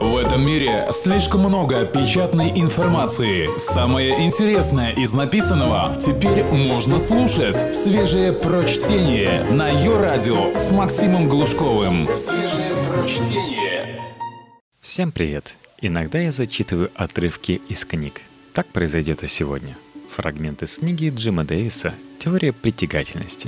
В этом мире слишком много печатной информации. Самое интересное из написанного теперь можно слушать. Свежее прочтение на Йо-Радио с Максимом Глушковым. Свежее прочтение. Всем привет! Иногда я зачитываю отрывки из книг. Так произойдет и сегодня. Фрагмент из книги Джима Дэвиса «Теория притягательности».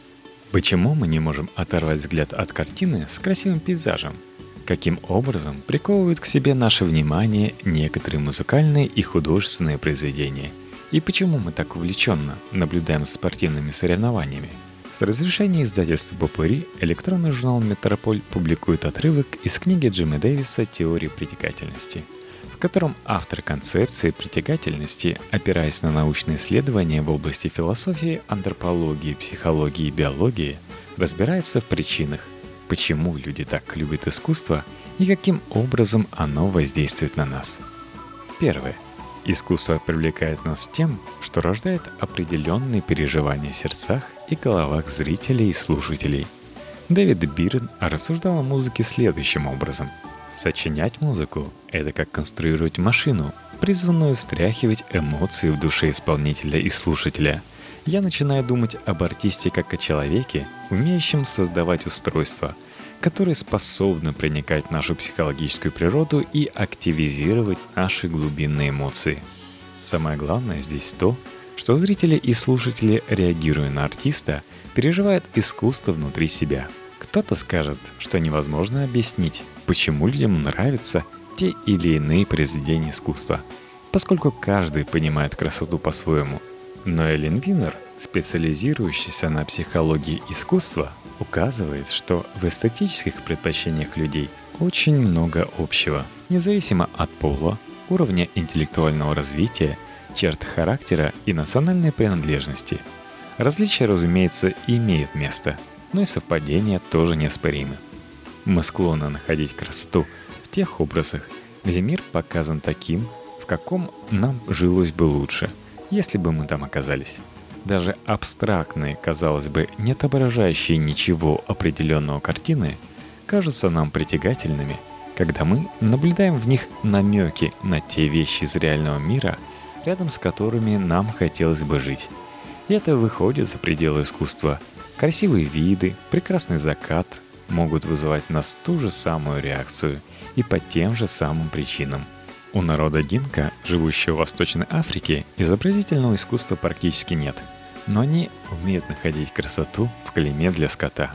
Почему мы не можем оторвать взгляд от картины с красивым пейзажем? Каким образом приковывают к себе наше внимание некоторые музыкальные и художественные произведения? И почему мы так увлеченно наблюдаем за спортивными соревнованиями? С разрешения издательства Попурри электронный журнал «Метрополь» публикует отрывок из книги Джима Дэвиса «Теория притягательности», в котором автор концепции притягательности, опираясь на научные исследования в области философии, антропологии, психологии и биологии, разбирается в причинах, почему люди так любят искусство и каким образом оно воздействует на нас. Первое. Искусство привлекает нас тем, что рождает определенные переживания в сердцах и головах зрителей и слушателей. Дэвид Бирн рассуждал о музыке следующим образом. Сочинять музыку — это как конструировать машину, призванную стряхивать эмоции в душе исполнителя и слушателя. Я начинаю думать об артисте как о человеке, умеющем создавать устройства, которые способны проникать в нашу психологическую природу и активизировать наши глубинные эмоции. Самое главное здесь то, что зрители и слушатели, реагируя на артиста, переживают искусство внутри себя. Кто-то скажет, что невозможно объяснить, почему людям нравятся те или иные произведения искусства, поскольку каждый понимает красоту по-своему. Но Эллен Винер, специализирующийся на психологии искусства, указывает, что в эстетических предпочтениях людей очень много общего, независимо от пола, уровня интеллектуального развития, черт характера и национальной принадлежности. Различия, разумеется, имеют место, но и совпадения тоже неоспоримы. Мы склонны находить красоту в тех образах, где мир показан таким, в каком нам жилось бы лучше, если бы мы там оказались. Даже абстрактные, казалось бы, не отображающие ничего определенного картины, кажутся нам притягательными, когда мы наблюдаем в них намеки на те вещи из реального мира, рядом с которыми нам хотелось бы жить. И это выходит за пределы искусства. Красивые виды, прекрасный закат могут вызывать в нас ту же самую реакцию и по тем же самым причинам. У народа Динка, живущего в Восточной Африке, изобразительного искусства практически нет, но они умеют находить красоту в клейме для скота.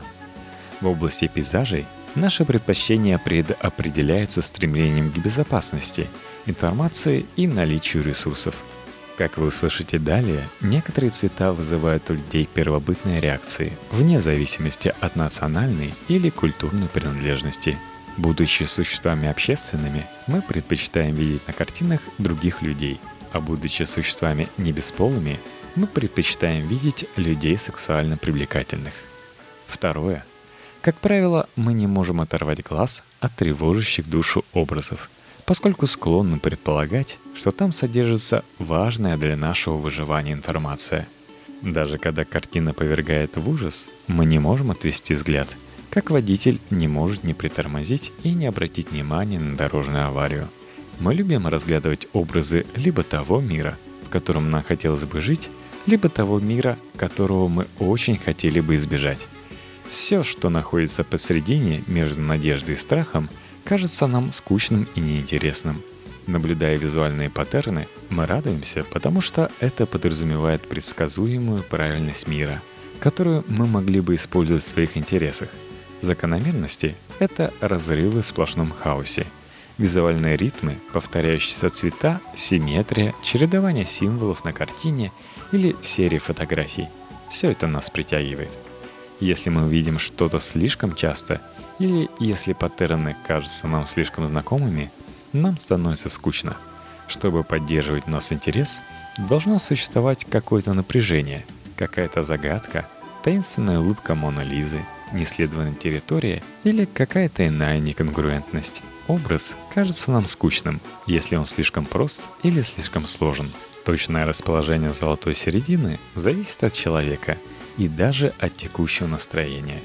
В области пейзажей наше предпочтение предопределяется стремлением к безопасности, информации и наличию ресурсов. Как вы услышите далее, некоторые цвета вызывают у людей первобытные реакции, вне зависимости от национальной или культурной принадлежности. Будучи существами общественными, мы предпочитаем видеть на картинах других людей, а будучи существами небесполыми, мы предпочитаем видеть людей сексуально привлекательных. Второе. Как правило, мы не можем оторвать глаз от тревожащих душу образов, поскольку склонны предполагать, что там содержится важная для нашего выживания информация. Даже когда картина повергает в ужас, мы не можем отвести взгляд, как водитель не может не притормозить и не обратить внимания на дорожную аварию. Мы любим разглядывать образы либо того мира, в котором нам хотелось бы жить, либо того мира, которого мы очень хотели бы избежать. Все, что находится посередине между надеждой и страхом, кажется нам скучным и неинтересным. Наблюдая визуальные паттерны, мы радуемся, потому что это подразумевает предсказуемую правильность мира, которую мы могли бы использовать в своих интересах. Закономерности — это разрывы в сплошном хаосе. Визуальные ритмы, повторяющиеся цвета, симметрия, чередование символов на картине или в серии фотографий — все это нас притягивает. Если мы видим что-то слишком часто, или если паттерны кажутся нам слишком знакомыми, нам становится скучно. Чтобы поддерживать в нас интерес, должно существовать какое-то напряжение, какая-то загадка, таинственная улыбка Моны Лизы, неисследованная территория или какая-то иная неконгруентность. Образ кажется нам скучным, если он слишком прост или слишком сложен. Точное расположение золотой середины зависит от человека и даже от текущего настроения.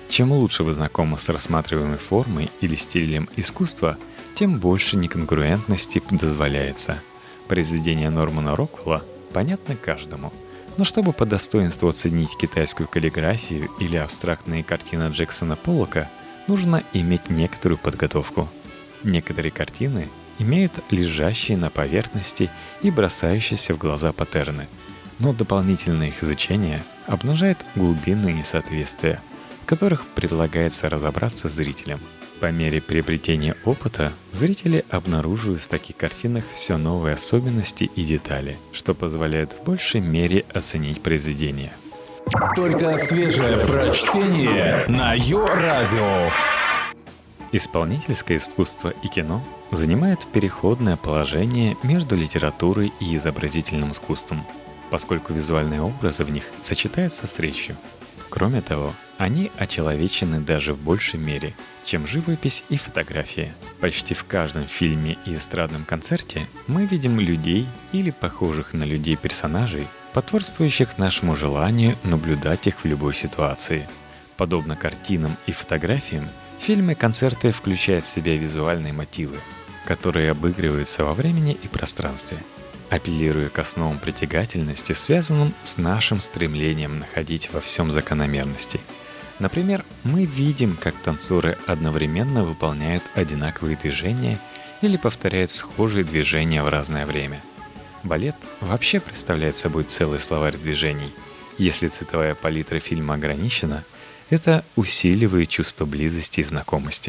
Чем лучше вы знакомы с рассматриваемой формой или стилем искусства, тем больше неконгруентности дозволяется. Произведение Нормана Роквелла понятно каждому, но чтобы по достоинству оценить китайскую каллиграфию или абстрактные картины Джексона Поллока, нужно иметь некоторую подготовку. Некоторые картины имеют лежащие на поверхности и бросающиеся в глаза паттерны, но дополнительное их изучение обнажает глубинные несоответствия, в которых предлагается разобраться зрителям. По мере приобретения опыта зрители обнаруживают в таких картинах все новые особенности и детали, что позволяет в большей мере оценить произведение. Только свежее прочтение на Йо-Радио. Исполнительское искусство и кино занимают переходное положение между литературой и изобразительным искусством, поскольку визуальные образы в них сочетаются с речью. Кроме того, они очеловечены даже в большей мере, чем живопись и фотография. Почти в каждом фильме и эстрадном концерте мы видим людей или похожих на людей персонажей, потворствующих нашему желанию наблюдать их в любой ситуации. Подобно картинам и фотографиям, фильмы и концерты включают в себя визуальные мотивы, которые обыгрываются во времени и пространстве, апеллируя к основам притягательности, связанным с нашим стремлением находить во всем закономерности. Например, мы видим, как танцоры одновременно выполняют одинаковые движения или повторяют схожие движения в разное время. Балет вообще представляет собой целый словарь движений. Если цветовая палитра фильма ограничена, это усиливает чувство близости и знакомости.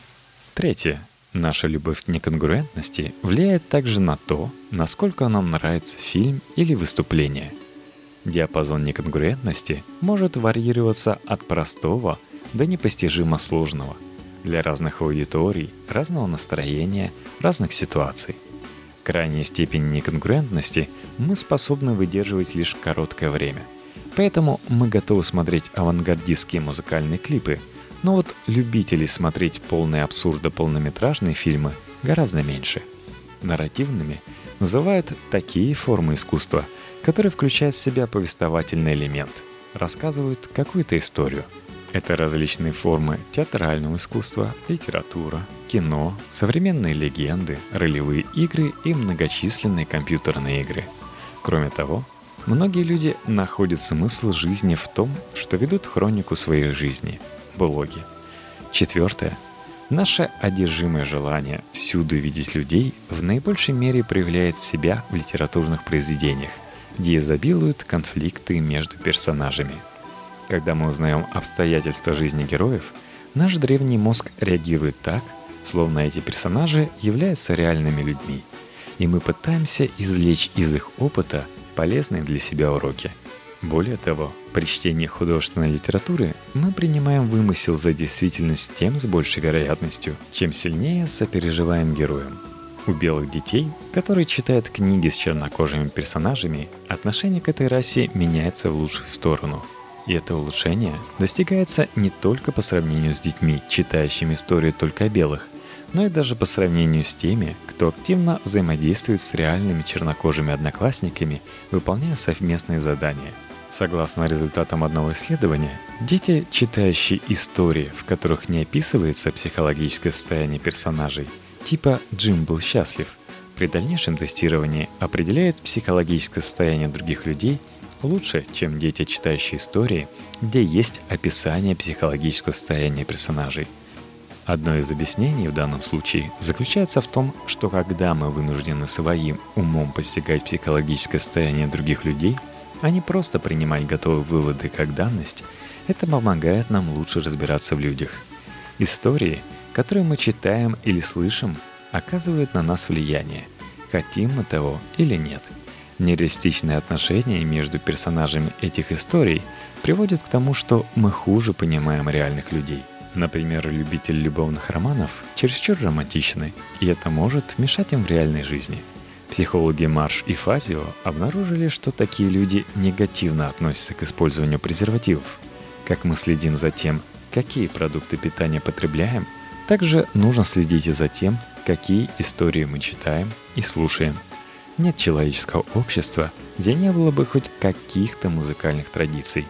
Третье. Наша любовь к неконгруентности влияет также на то, насколько нам нравится фильм или выступление. Диапазон неконгруентности может варьироваться от простого до непостижимо сложного для разных аудиторий, разного настроения, разных ситуаций. Крайняя степень неконгруентности мы способны выдерживать лишь короткое время. Поэтому мы готовы смотреть авангардистские музыкальные клипы, но вот любителей смотреть полные абсурда полнометражные фильмы гораздо меньше. Нарративными называют такие формы искусства, которые включают в себя повествовательный элемент, рассказывают какую-то историю. Это различные формы театрального искусства, литература, кино, современные легенды, ролевые игры и многочисленные компьютерные игры. Кроме того, многие люди находят смысл жизни в том, что ведут хронику своей жизни – блоги. Четвертое. Наше одержимое желание всюду видеть людей в наибольшей мере проявляет себя в литературных произведениях, где изобилуют конфликты между персонажами. Когда мы узнаем обстоятельства жизни героев, наш древний мозг реагирует так, словно эти персонажи являются реальными людьми, и мы пытаемся извлечь из их опыта полезные для себя уроки. Более того, при чтении художественной литературы мы принимаем вымысел за действительность тем с большей вероятностью, чем сильнее сопереживаем героям. У белых детей, которые читают книги с чернокожими персонажами, отношение к этой расе меняется в лучшую сторону. И это улучшение достигается не только по сравнению с детьми, читающими истории только о белых, но и даже по сравнению с теми, кто активно взаимодействует с реальными чернокожими одноклассниками, выполняя совместные задания. Согласно результатам одного исследования, дети, читающие истории, в которых не описывается психологическое состояние персонажей, типа «Джим был счастлив», при дальнейшем тестировании определяют психологическое состояние других людей лучше, чем дети, читающие истории, где есть описание психологического состояния персонажей. Одно из объяснений в данном случае заключается в том, что когда мы вынуждены своим умом постигать психологическое состояние других людей, а не просто принимать готовые выводы как данность, это помогает нам лучше разбираться в людях. Истории, которые мы читаем или слышим, оказывают на нас влияние, хотим мы того или нет. Нереалистичные отношения между персонажами этих историй приводят к тому, что мы хуже понимаем реальных людей. Например, любители любовных романов чересчур романтичны, и это может мешать им в реальной жизни. Психологи Марш и Фазио обнаружили, что такие люди негативно относятся к использованию презервативов. Как мы следим за тем, какие продукты питания потребляем, также нужно следить и за тем, какие истории мы читаем и слушаем. Нет человеческого общества, где не было бы хоть каких-то музыкальных традиций.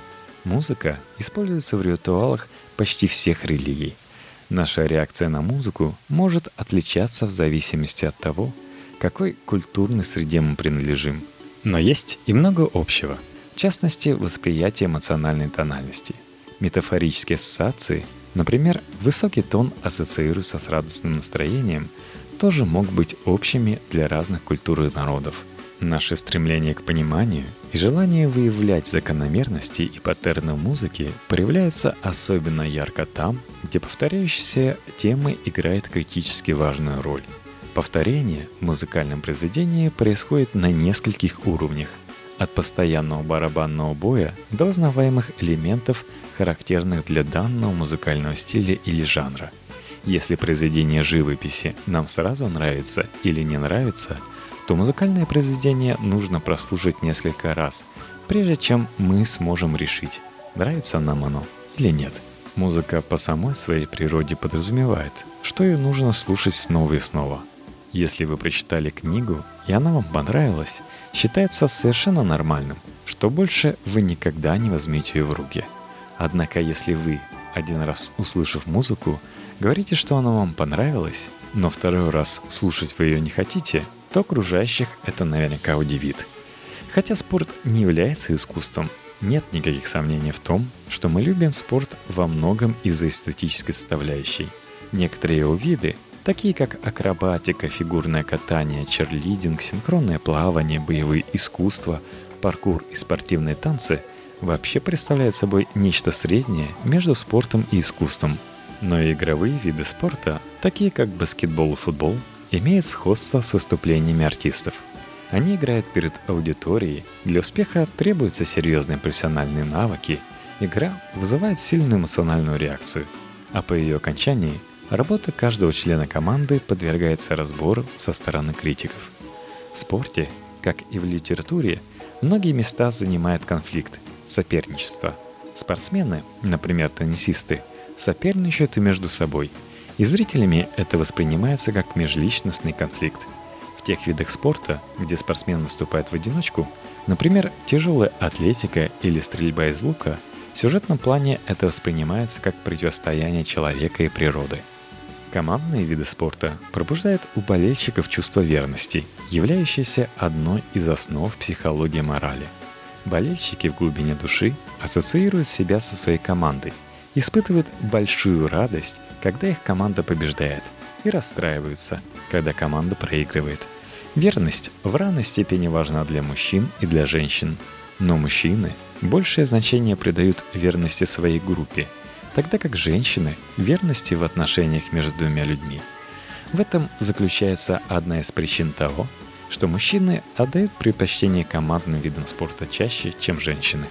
Музыка используется в ритуалах почти всех религий. Наша реакция на музыку может отличаться в зависимости от того, какой культурной среде мы принадлежим. Но есть и много общего. В частности, восприятие эмоциональной тональности. Метафорические ассоциации, например, высокий тон ассоциируется с радостным настроением, тоже могут быть общими для разных культур и народов. Наше стремление к пониманию и желание выявлять закономерности и паттерны музыки проявляется особенно ярко там, где повторяющиеся темы играют критически важную роль. Повторение в музыкальном произведении происходит на нескольких уровнях, от постоянного барабанного боя до узнаваемых элементов, характерных для данного музыкального стиля или жанра. Если произведение живописи нам сразу нравится или не нравится, то музыкальное произведение нужно прослушать несколько раз, прежде чем мы сможем решить, нравится нам оно или нет. Музыка по самой своей природе подразумевает, что ее нужно слушать снова и снова. Если вы прочитали книгу, и она вам понравилась, считается совершенно нормальным, что больше вы никогда не возьмете ее в руки. Однако если вы, один раз услышав музыку, говорите, что она вам понравилась, но второй раз слушать вы ее не хотите, то окружающих это наверняка удивит. Хотя спорт не является искусством, нет никаких сомнений в том, что мы любим спорт во многом из-за эстетической составляющей. Некоторые его виды, такие как акробатика, фигурное катание, черлидинг, синхронное плавание, боевые искусства, паркур и спортивные танцы, вообще представляют собой нечто среднее между спортом и искусством. Но и игровые виды спорта, такие как баскетбол и футбол, имеют сходство с выступлениями артистов. Они играют перед аудиторией, для успеха требуются серьезные профессиональные навыки, игра вызывает сильную эмоциональную реакцию, а по ее окончании работа каждого члена команды подвергается разбору со стороны критиков. В спорте, как и в литературе, многие места занимает конфликт, соперничество. Спортсмены, например, теннисисты, соперничают и между собой, и зрителями это воспринимается как межличностный конфликт. В тех видах спорта, где спортсмен выступает в одиночку, например, тяжелая атлетика или стрельба из лука, в сюжетном плане это воспринимается как противостояние человека и природы. Командные виды спорта пробуждают у болельщиков чувство верности, являющееся одной из основ психологии морали. Болельщики в глубине души ассоциируют себя со своей командой, испытывают большую радость, когда их команда побеждает, и расстраиваются, когда команда проигрывает. Верность в равной степени важна для мужчин и для женщин, но мужчины большее значение придают верности своей группе, тогда как женщины — верности в отношениях между двумя людьми. В этом заключается одна из причин того, что мужчины отдают предпочтение командным видам спорта чаще, чем женщины.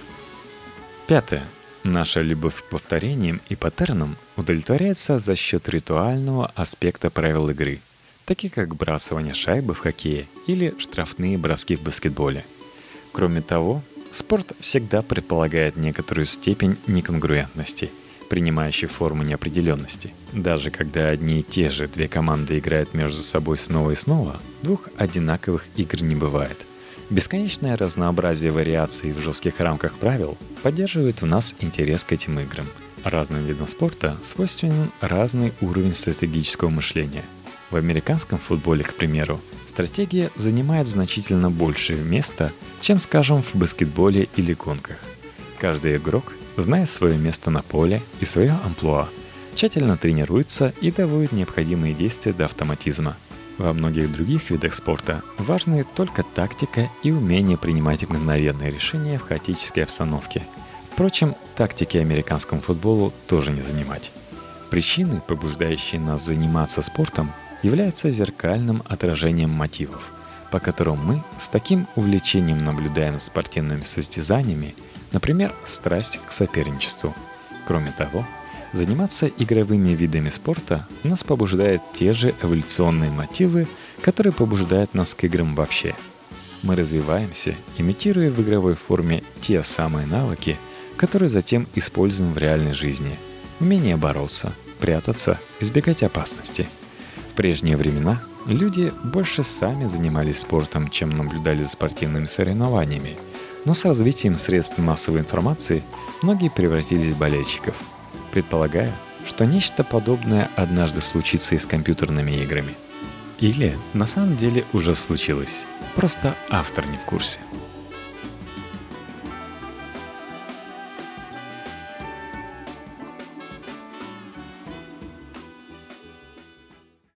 5. Наша любовь к повторениям и паттернам удовлетворяется за счет ритуального аспекта правил игры, таких как бросание шайбы в хоккее или штрафные броски в баскетболе. Кроме того, спорт всегда предполагает некоторую степень неконгруентности, принимающей форму неопределенности. Даже когда одни и те же две команды играют между собой снова и снова, двух одинаковых игр не бывает. Бесконечное разнообразие вариаций в жестких рамках правил поддерживает в нас интерес к этим играм. Разным видам спорта свойственен разный уровень стратегического мышления. В американском футболе, к примеру, стратегия занимает значительно большее место, чем, скажем, в баскетболе или гонках. Каждый игрок, зная свое место на поле и свое амплуа, тщательно тренируется и доводит необходимые действия до автоматизма. Во многих других видах спорта важны только тактика и умение принимать мгновенные решения в хаотической обстановке. Впрочем, тактики американскому футболу тоже не занимать. Причины, побуждающие нас заниматься спортом, являются зеркальным отражением мотивов, по которым мы с таким увлечением наблюдаем за спортивными состязаниями, например, страсть к соперничеству. Кроме того, заниматься игровыми видами спорта нас побуждают те же эволюционные мотивы, которые побуждают нас к играм вообще. Мы развиваемся, имитируя в игровой форме те самые навыки, которые затем используем в реальной жизни. Умение бороться, прятаться, избегать опасности. В прежние времена люди больше сами занимались спортом, чем наблюдали за спортивными соревнованиями. Но с развитием средств массовой информации многие превратились в болельщиков, предполагая, что нечто подобное однажды случится и с компьютерными играми. Или на самом деле уже случилось, просто автор не в курсе.